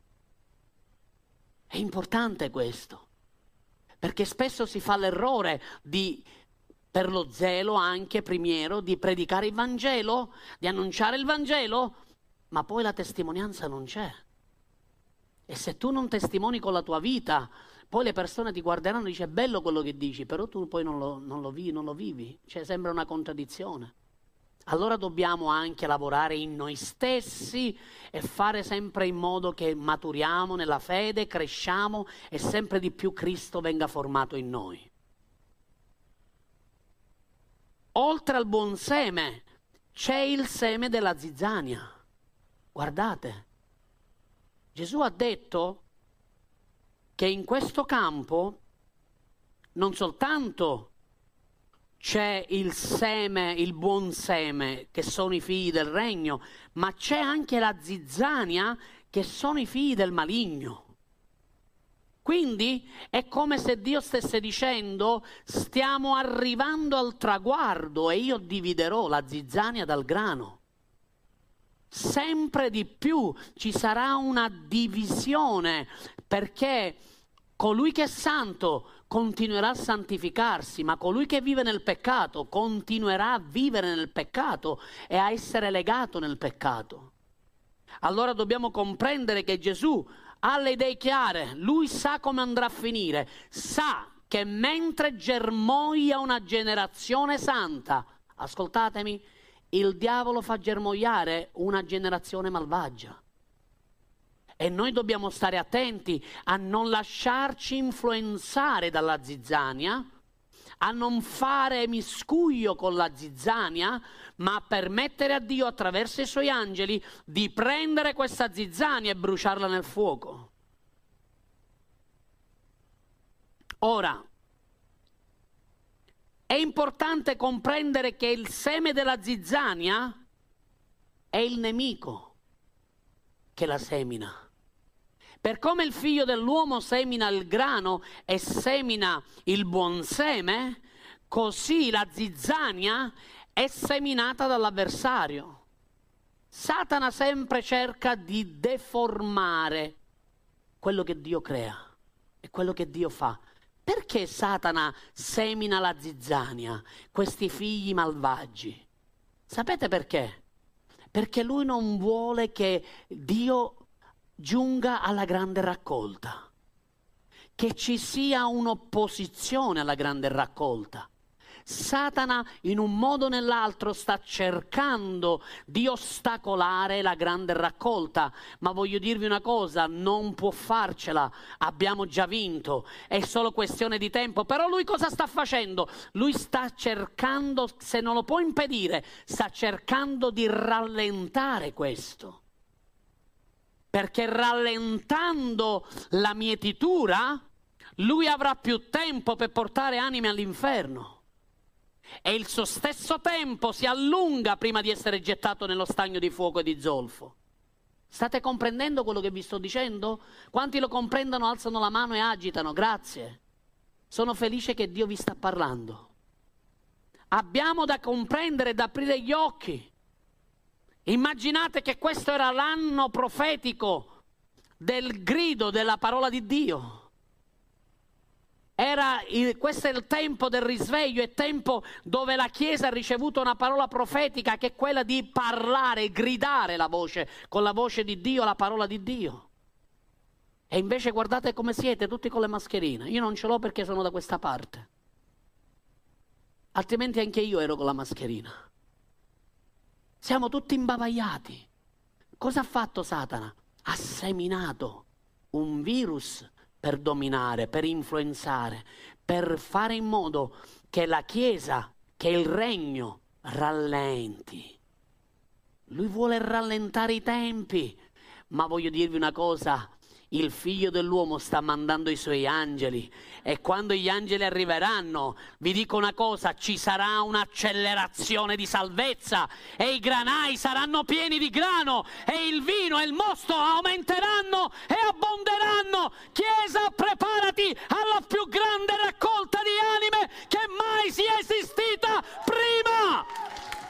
È importante questo, perché spesso si fa l'errore di, per lo zelo anche primiero, di predicare il Vangelo, di annunciare il Vangelo, ma poi la testimonianza non c'è. E se tu non testimoni con la tua vita, poi le persone ti guarderanno e dice: è bello quello che dici, però tu poi non lo, non lo vivi, non lo vivi. Cioè sembra una contraddizione. Allora dobbiamo anche lavorare in noi stessi e fare sempre in modo che maturiamo nella fede, cresciamo e sempre di più Cristo venga formato in noi. Oltre al buon seme c'è il seme della zizzania. Guardate, Gesù ha detto che in questo campo non soltanto c'è il seme, il buon seme, che sono i figli del regno, ma c'è anche la zizzania, che sono i figli del maligno. Quindi è come se Dio stesse dicendo: stiamo arrivando al traguardo e io dividerò la zizzania dal grano. Sempre di più ci sarà una divisione, perché colui che è santo continuerà a santificarsi, ma colui che vive nel peccato continuerà a vivere nel peccato e a essere legato nel peccato. Allora dobbiamo comprendere che Gesù ha le idee chiare, lui sa come andrà a finire, sa che mentre germoglia una generazione santa, ascoltatemi, il diavolo fa germogliare una generazione malvagia. E noi dobbiamo stare attenti a non lasciarci influenzare dalla zizzania, a non fare miscuglio con la zizzania, ma a permettere a Dio attraverso i suoi angeli di prendere questa zizzania e bruciarla nel fuoco. Ora, è importante comprendere che il seme della zizzania è il nemico che la semina. Per come il figlio dell'uomo semina il grano e semina il buon seme, così la zizzania è seminata dall'avversario. Satana sempre cerca di deformare quello che Dio crea e quello che Dio fa. Perché Satana semina la zizzania, questi figli malvagi? Sapete perché? Perché lui non vuole che Dio giunga alla grande raccolta, che ci sia un'opposizione alla grande raccolta. Satana in un modo o nell'altro sta cercando di ostacolare la grande raccolta, ma voglio dirvi una cosa, non può farcela, abbiamo già vinto, è solo questione di tempo. Però lui cosa sta facendo? Lui sta cercando, se non lo può impedire, sta cercando di rallentare questo. Perché rallentando la mietitura, lui avrà più tempo per portare anime all'inferno. E il suo stesso tempo si allunga prima di essere gettato nello stagno di fuoco e di zolfo. State comprendendo quello che vi sto dicendo? Quanti lo comprendono alzano la mano e agitano. Grazie. Sono felice che Dio vi sta parlando. Abbiamo da comprendere, da aprire gli occhi. Immaginate che questo era l'anno profetico del grido della parola di Dio. Era il, questo è il tempo del risveglio, è tempo dove la Chiesa ha ricevuto una parola profetica, che è quella di parlare, gridare la voce, con la voce di Dio, la parola di Dio. E invece guardate come siete, tutti con le mascherine. Io non ce l'ho perché sono da questa parte. Altrimenti anche io ero con la mascherina. Siamo tutti imbavagliati. Cosa ha fatto Satana? Ha seminato un virus per dominare, per influenzare, per fare in modo che la Chiesa che il regno rallenti. Lui vuole rallentare i tempi, ma voglio dirvi una cosa, il figlio dell'uomo sta mandando i suoi angeli e quando gli angeli arriveranno, vi dico una cosa, ci sarà un'accelerazione di salvezza e i granai saranno pieni di grano e il vino e il mosto aumenteranno e abbonderanno. Chiesa, preparati alla più grande raccolta di anime che mai sia esistita prima.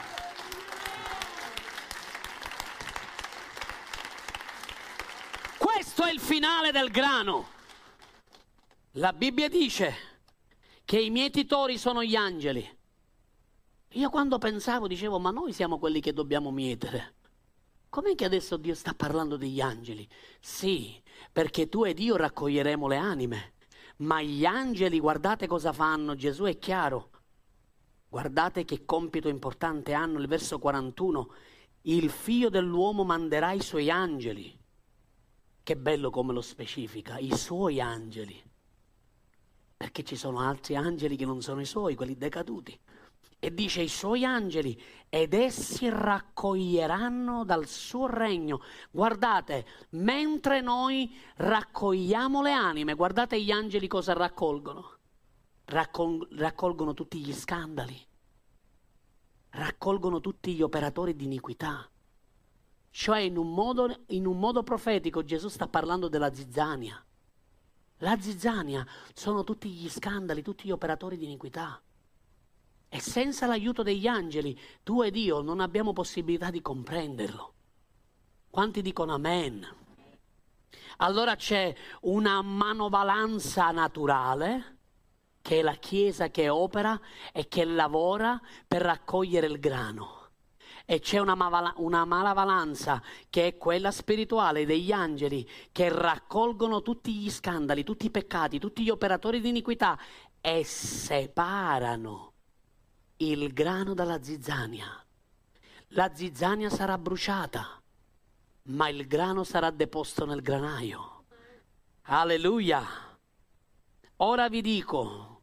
Questo è il finale del grano. La Bibbia dice che i mietitori sono gli angeli. Io quando pensavo dicevo, ma noi siamo quelli che dobbiamo mietere. Com'è che adesso Dio sta parlando degli angeli? Sì, perché tu ed io raccoglieremo le anime. Ma gli angeli, guardate cosa fanno, Gesù è chiaro. Guardate che compito importante hanno, il verso quarantuno. Il figlio dell'uomo manderà i suoi angeli. Che bello come lo specifica, i suoi angeli. Perché ci sono altri angeli che non sono i suoi, quelli decaduti. E dice i suoi angeli, ed essi raccoglieranno dal suo regno. Guardate, mentre noi raccogliamo le anime, guardate gli angeli cosa raccolgono. Raccol- raccolgono tutti gli scandali. Raccolgono tutti gli operatori di iniquità. Cioè in un modo, in un modo profetico Gesù sta parlando della zizzania. La zizzania sono tutti gli scandali, tutti gli operatori di iniquità. E senza l'aiuto degli angeli, tu ed io non abbiamo possibilità di comprenderlo. Quanti dicono amen? Allora c'è una manovalanza naturale, che è la Chiesa che opera e che lavora per raccogliere il grano. E c'è una, mavala, una malavalanza che è quella spirituale degli angeli che raccolgono tutti gli scandali, tutti i peccati, tutti gli operatori di iniquità e separano il grano dalla zizzania. La zizzania sarà bruciata, ma il grano sarà deposto nel granaio. Alleluia! Ora vi dico,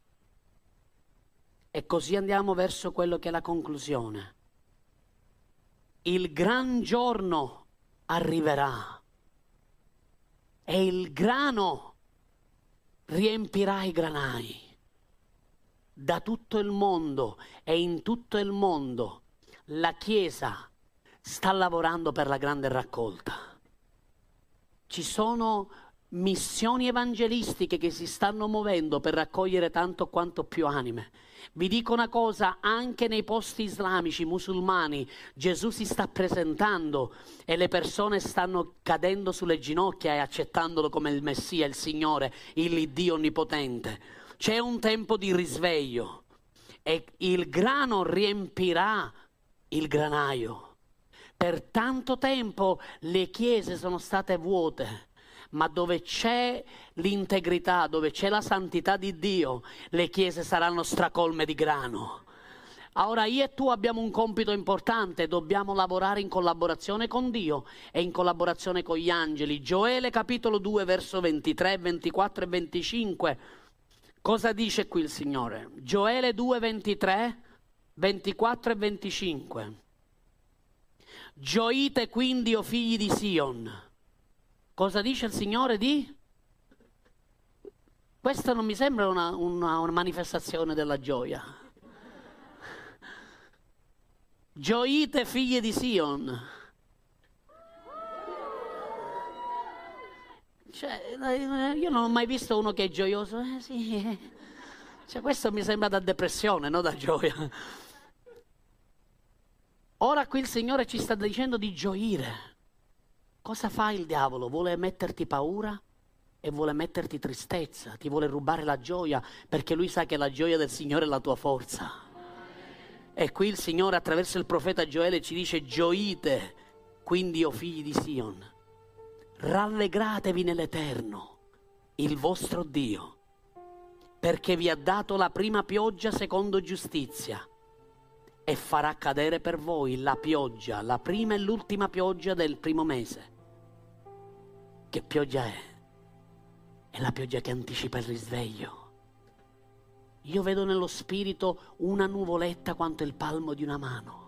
e così andiamo verso quello che è la conclusione. Il gran giorno arriverà e il grano riempirà i granai. Da tutto il mondo e in tutto il mondo la Chiesa sta lavorando per la grande raccolta. Ci sono missioni evangelistiche che si stanno muovendo per raccogliere tanto quanto più anime. Vi dico una cosa, anche nei posti islamici, musulmani, Gesù si sta presentando e le persone stanno cadendo sulle ginocchia e accettandolo come il Messia, il Signore, il Dio onnipotente. C'è un tempo di risveglio e il grano riempirà il granaio. Per tanto tempo le chiese sono state vuote. Ma dove c'è l'integrità, dove c'è la santità di Dio, le chiese saranno stracolme di grano. Ora io e tu abbiamo un compito importante, dobbiamo lavorare in collaborazione con Dio e in collaborazione con gli angeli. Gioele capitolo due verso ventitré, ventiquattro e venticinque. Cosa dice qui il Signore? Gioele due, ventitré, ventiquattro e venticinque. Gioite quindi, o figli di Sion. Cosa dice il Signore di? Questa non mi sembra una, una, una manifestazione della gioia. Gioite figlie di Sion. Cioè, io non ho mai visto uno che è gioioso. Eh, sì. Cioè, questo mi sembra da depressione, non da gioia. Ora qui il Signore ci sta dicendo di gioire. Cosa fa il diavolo? Vuole metterti paura e vuole metterti tristezza, ti vuole rubare la gioia, perché lui sa che la gioia del Signore è la tua forza. E qui il Signore attraverso il profeta Gioele ci dice: gioite quindi, o figli di Sion, rallegratevi nell'Eterno, il vostro Dio, perché vi ha dato la prima pioggia secondo giustizia e farà cadere per voi la pioggia, la prima e l'ultima pioggia del primo mese. Che pioggia è? È la pioggia che anticipa il risveglio. Io vedo nello spirito una nuvoletta quanto il palmo di una mano.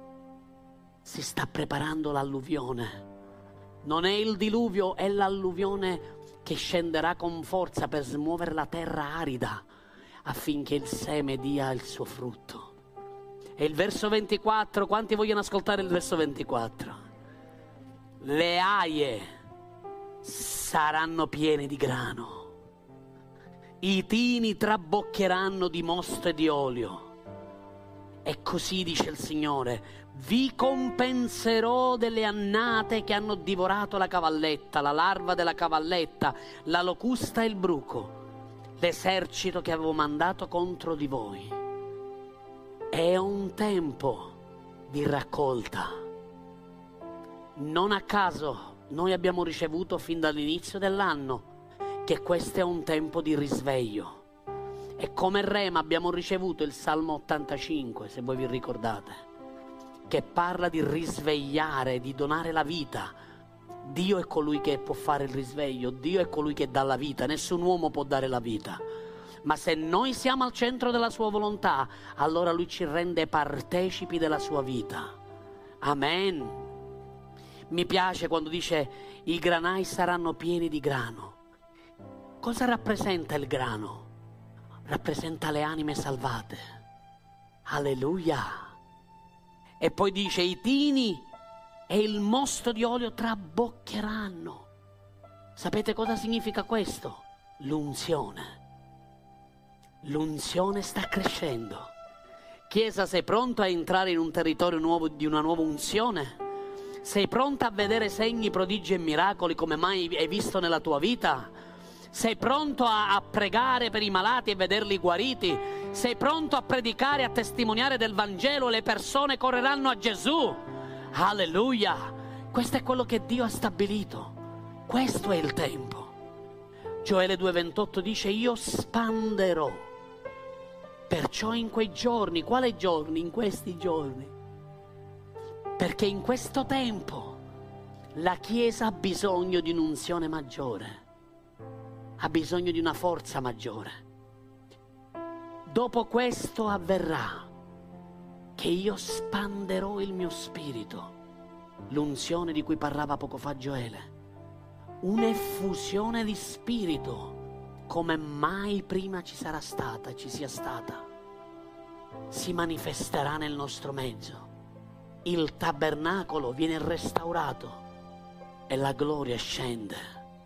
Si sta preparando l'alluvione. Non è il diluvio, è l'alluvione che scenderà con forza per smuovere la terra arida affinché il seme dia il suo frutto. E il verso ventiquattro, quanti vogliono ascoltare il verso ventiquattro? Le aie saranno piene di grano, i tini traboccheranno di mosto e di olio. E così dice il Signore: vi compenserò delle annate che hanno divorato la cavalletta, la larva della cavalletta, la locusta e il bruco, l'esercito che avevo mandato contro di voi. È un tempo di raccolta. Non a caso noi abbiamo ricevuto fin dall'inizio dell'anno che questo è un tempo di risveglio. E come rema abbiamo ricevuto il Salmo ottantacinque, se voi vi ricordate, che parla di risvegliare, di donare la vita. Dio è colui che può fare il risveglio, Dio è colui che dà la vita, nessun uomo può dare la vita. Ma se noi siamo al centro della sua volontà, allora Lui ci rende partecipi della sua vita. Amen. Mi piace quando dice i granai saranno pieni di grano. Cosa rappresenta il grano? Rappresenta le anime salvate. Alleluia. E poi dice i tini e il mosto di olio traboccheranno. Sapete cosa significa questo? L'unzione. L'unzione sta crescendo. Chiesa, sei pronto a entrare in un territorio nuovo di una nuova unzione? Sei pronta a vedere segni, prodigi e miracoli come mai hai visto nella tua vita? Sei pronto a, a pregare per i malati e vederli guariti? Sei pronto a predicare, a testimoniare del Vangelo e le persone correranno a Gesù? Alleluia! Questo è quello che Dio ha stabilito. Questo è il tempo. Gioele due ventotto dice io spanderò. Perciò in quei giorni, quali giorni? In questi giorni. Perché in questo tempo la Chiesa ha bisogno di un'unzione maggiore, ha bisogno di una forza maggiore. Dopo questo avverrà che io spanderò il mio spirito, l'unzione di cui parlava poco fa Gioele, un'effusione di spirito come mai prima ci sarà stata, ci sia stata, si manifesterà nel nostro mezzo. Il tabernacolo viene restaurato e la gloria scende.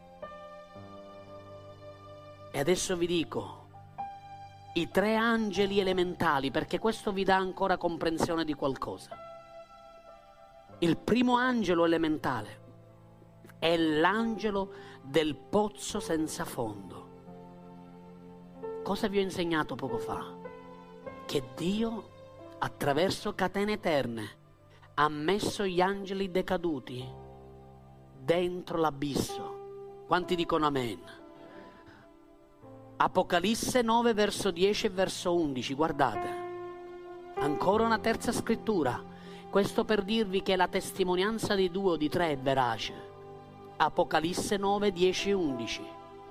E adesso vi dico i tre angeli elementali, perché questo vi dà ancora comprensione di qualcosa. Il primo angelo elementale è l'angelo del pozzo senza fondo. Cosa vi ho insegnato poco fa? Che Dio, attraverso catene eterne, ha messo gli angeli decaduti dentro l'abisso. Quanti dicono amen? Apocalisse nove verso dieci e verso undici, guardate. Ancora una terza scrittura. Questo per dirvi che la testimonianza di due o di tre è verace. Apocalisse nove, dieci e undici.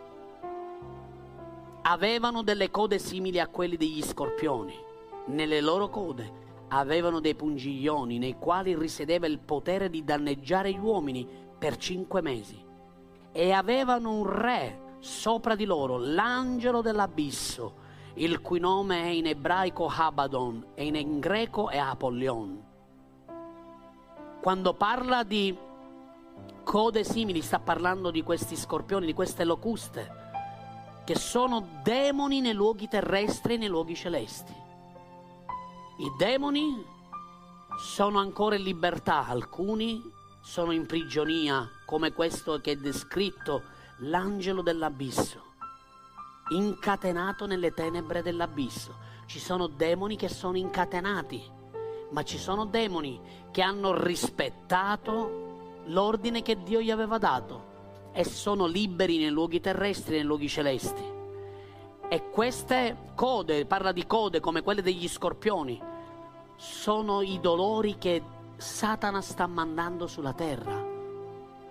Avevano delle code simili a quelle degli scorpioni. Nelle loro code avevano dei pungiglioni nei quali risiedeva il potere di danneggiare gli uomini per cinque mesi. E avevano un re sopra di loro, l'angelo dell'abisso, il cui nome è in ebraico Abaddon e in greco è Apollyon. Quando parla di code simili sta parlando di questi scorpioni, di queste locuste, che sono demoni nei luoghi terrestri e nei luoghi celesti. I demoni sono ancora in libertà, alcuni sono in prigionia, come questo che è descritto, l'angelo dell'abisso, incatenato nelle tenebre dell'abisso. Ci sono demoni che sono incatenati, ma ci sono demoni che hanno rispettato l'ordine che Dio gli aveva dato e sono liberi nei luoghi terrestri e nei luoghi celesti. E queste code, parla di code come quelle degli scorpioni, sono i dolori che Satana sta mandando sulla terra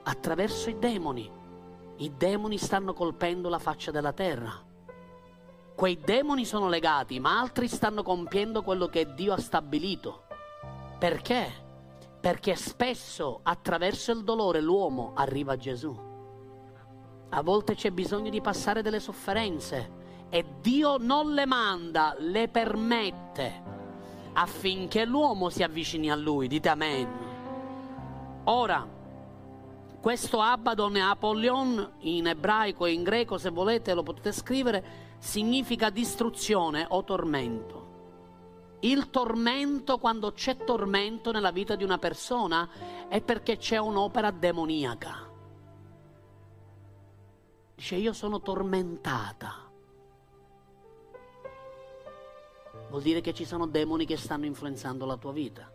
attraverso i demoni. I demoni stanno colpendo la faccia della terra. Quei demoni sono legati, ma altri stanno compiendo quello che Dio ha stabilito. Perché? Perché spesso attraverso il dolore l'uomo arriva a Gesù. A volte c'è bisogno di passare delle sofferenze e Dio non le manda, le permette affinché l'uomo si avvicini a Lui. Dite amen. Ora, questo Abaddon e Apollyon in ebraico e in greco, se volete lo potete scrivere, significa distruzione o tormento. Il tormento, quando c'è tormento nella vita di una persona, è perché c'è un'opera demoniaca. Dice: io sono tormentata. Vuol dire che ci sono demoni che stanno influenzando la tua vita.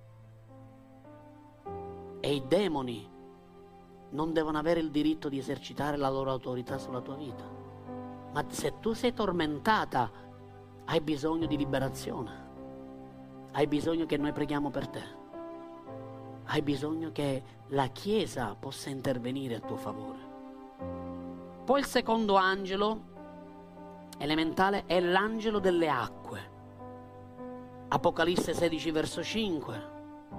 E i demoni non devono avere il diritto di esercitare la loro autorità sulla tua vita. Ma se tu sei tormentata, hai bisogno di liberazione. Hai bisogno che noi preghiamo per te. Hai bisogno che la Chiesa possa intervenire a tuo favore. Poi il secondo angelo elementale è l'angelo delle acque. Apocalisse sedici verso cinque.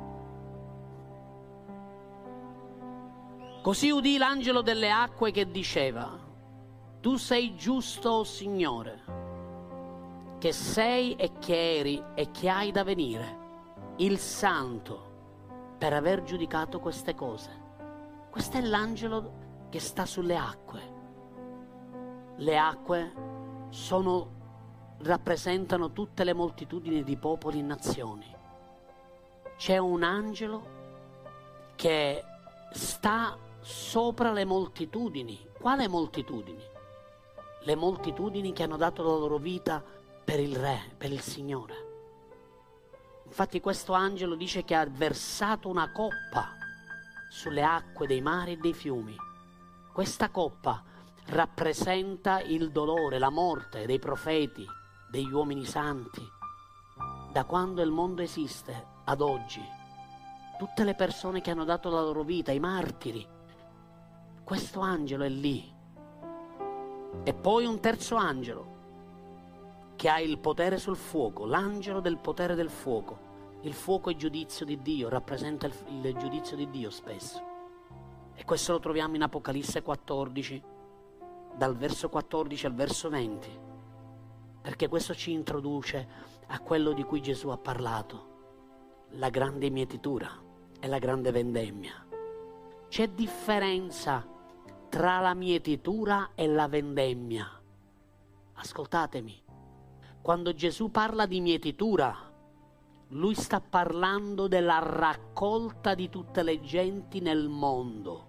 Così udì l'angelo delle acque che diceva: tu sei giusto, o Signore, che sei e che eri e che hai da venire, il Santo, per aver giudicato queste cose. Questo è l'angelo che sta sulle acque. Le acque sono, rappresentano tutte le moltitudini di popoli e nazioni. C'è un angelo che sta sopra le moltitudini. Quale moltitudini? Le moltitudini che hanno dato la loro vita per il Re, per il Signore. Infatti questo angelo dice che ha versato una coppa sulle acque dei mari e dei fiumi. Questa coppa rappresenta il dolore, la morte dei profeti, degli uomini santi. Da quando il mondo esiste ad oggi, tutte le persone che hanno dato la loro vita, i martiri, questo angelo è lì. E poi un terzo angelo che ha il potere sul fuoco, l'angelo del potere del fuoco. Il fuoco è giudizio di Dio, rappresenta il, il giudizio di Dio spesso. E questo lo troviamo in Apocalisse quattordici, dal verso quattordici al verso venti, perché questo ci introduce a quello di cui Gesù ha parlato, la grande mietitura e la grande vendemmia. C'è differenza tra la mietitura e la vendemmia. Ascoltatemi, quando Gesù parla di mietitura, lui sta parlando della raccolta di tutte le genti nel mondo.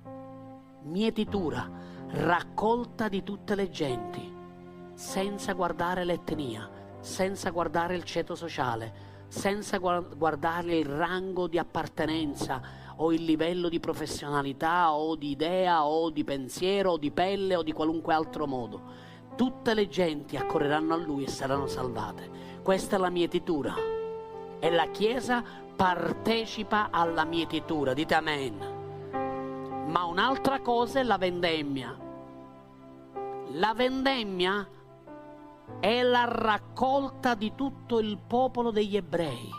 Mietitura, raccolta di tutte le genti, senza guardare l'etnia, senza guardare il ceto sociale, senza guardare il rango di appartenenza o il livello di professionalità o di idea o di pensiero o di pelle o di qualunque altro modo. Tutte le genti accorreranno a lui e saranno salvate. Questa è la mietitura e la Chiesa partecipa alla mietitura. Dite amen. Ma un'altra cosa è la vendemmia. La vendemmia è la raccolta di tutto il popolo degli ebrei,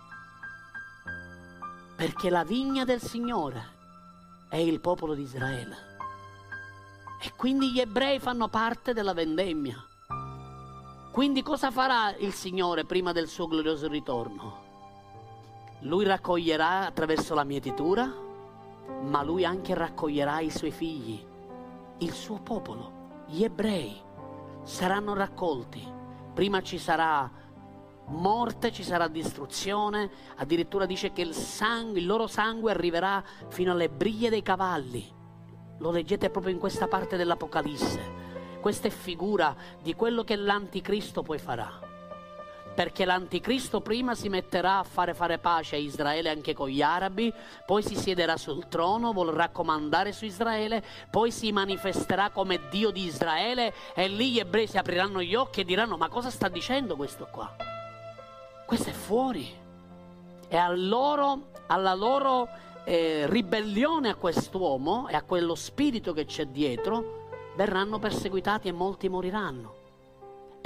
perché la vigna del Signore è il popolo di Israele e quindi gli ebrei fanno parte della vendemmia. Quindi cosa farà il Signore prima del suo glorioso ritorno? Lui raccoglierà attraverso la mietitura, ma lui anche raccoglierà i suoi figli, il suo popolo, gli ebrei saranno raccolti. Prima ci sarà morte, ci sarà distruzione, addirittura dice che il sangue, il loro sangue arriverà fino alle briglie dei cavalli. Lo leggete proprio in questa parte dell'Apocalisse. Questa è figura di quello che l'Anticristo poi farà, perché l'Anticristo prima si metterà a fare fare pace a Israele anche con gli arabi, poi si siederà sul trono, vorrà comandare su Israele, poi si manifesterà come Dio di Israele e lì gli ebrei si apriranno gli occhi e diranno: ma cosa sta dicendo questo qua? Questo è fuori. E a loro, alla loro eh, ribellione a quest'uomo e a quello spirito che c'è dietro verranno perseguitati e molti moriranno.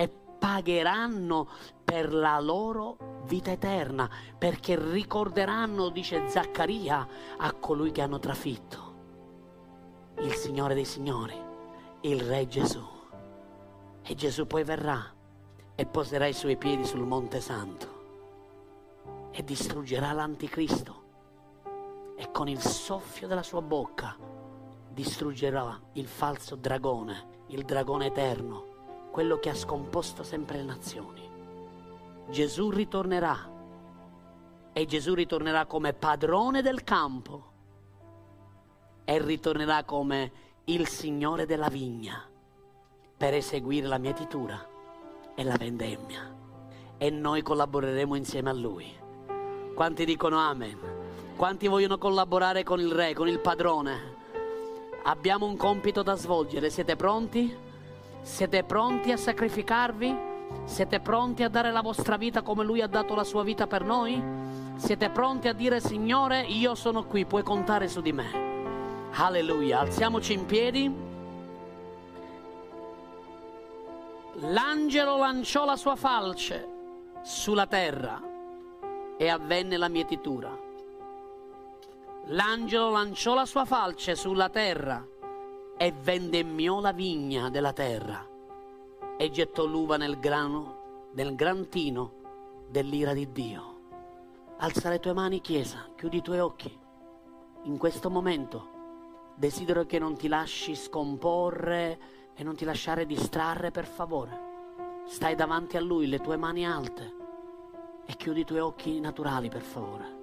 pagheranno per la loro vita eterna, perché ricorderanno, dice Zaccaria, a colui che hanno trafitto, il Signore dei Signori, il Re Gesù. E Gesù poi verrà e poserà i suoi piedi sul Monte Santo e distruggerà l'Anticristo, e con il soffio della sua bocca distruggerà il falso dragone, il dragone eterno, quello che ha scomposto sempre le nazioni. Gesù ritornerà, e Gesù ritornerà come padrone del campo, e ritornerà come il Signore della vigna per eseguire la mietitura e la vendemmia, e noi collaboreremo insieme a Lui. Quanti dicono amen? Quanti vogliono collaborare con il Re, con il Padrone? Abbiamo un compito da svolgere. Siete pronti? Siete pronti a sacrificarvi? Siete pronti a dare la vostra vita come Lui ha dato la sua vita per noi? Siete pronti a dire: Signore, io sono qui, puoi contare su di me? Alleluia. Alziamoci in piedi. L'angelo lanciò la sua falce sulla terra e avvenne la mietitura. L'angelo lanciò la sua falce sulla terra e vendemmiò la vigna della terra e gettò l'uva nel grano, nel gran tino dell'ira di Dio. Alza le tue mani, Chiesa, chiudi i tuoi occhi. In questo momento desidero che non ti lasci scomporre e non ti lasciare distrarre, per favore. Stai davanti a Lui, le tue mani alte, e chiudi i tuoi occhi naturali, per favore.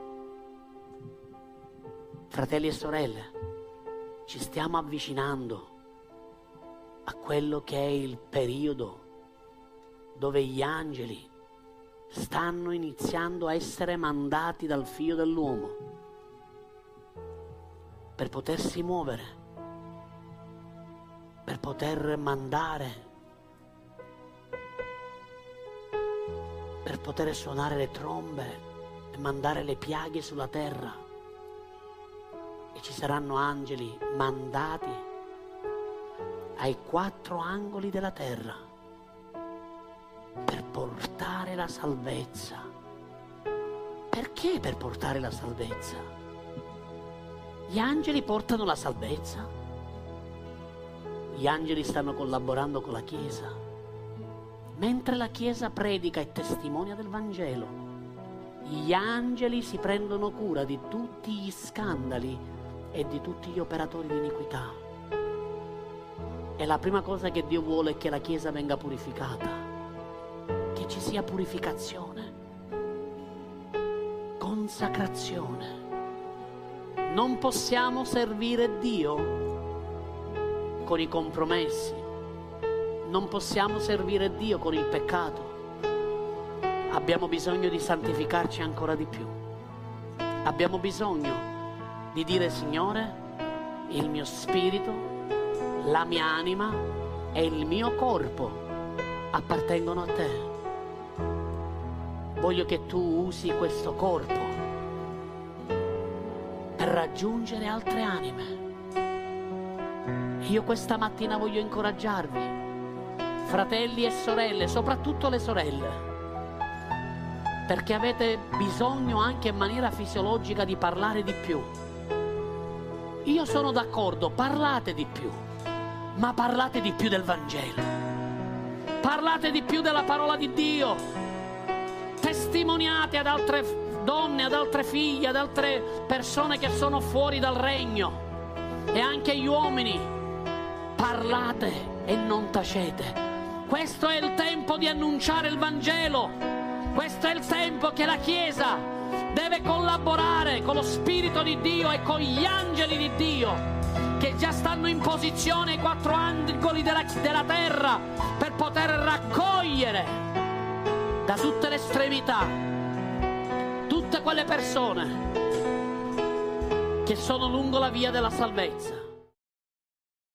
Fratelli e sorelle, ci stiamo avvicinando a quello che è il periodo dove gli angeli stanno iniziando a essere mandati dal Figlio dell'uomo per potersi muovere, per poter mandare, per poter suonare le trombe e mandare le piaghe sulla terra. E ci saranno angeli mandati ai quattro angoli della terra per portare la salvezza. Perché per portare la salvezza? Gli angeli portano la salvezza. Gli angeli stanno collaborando con la Chiesa. Mentre la Chiesa predica e testimonia del Vangelo, gli angeli si prendono cura di tutti gli scandali e di tutti gli operatori di iniquità. E la prima cosa che Dio vuole è che la Chiesa venga purificata, che ci sia purificazione, consacrazione. Non possiamo servire Dio con i compromessi, non possiamo servire Dio con il peccato. Abbiamo bisogno di santificarci ancora di più. Abbiamo bisogno di dire: Signore, il mio spirito, la mia anima e il mio corpo appartengono a Te. Voglio che Tu usi questo corpo per raggiungere altre anime. Io questa mattina voglio incoraggiarvi, fratelli e sorelle, soprattutto le sorelle, perché avete bisogno anche in maniera fisiologica di parlare di più. Io sono d'accordo, parlate di più, ma parlate di più del Vangelo, parlate di più della parola di Dio, testimoniate ad altre donne, ad altre figlie, ad altre persone che sono fuori dal regno, e anche gli uomini, parlate e non tacete. Questo è il tempo di annunciare il Vangelo, questo è il tempo che la Chiesa deve collaborare con lo Spirito di Dio e con gli angeli di Dio che già stanno in posizione ai quattro angoli della, della terra per poter raccogliere da tutte le estremità tutte quelle persone che sono lungo la via della salvezza.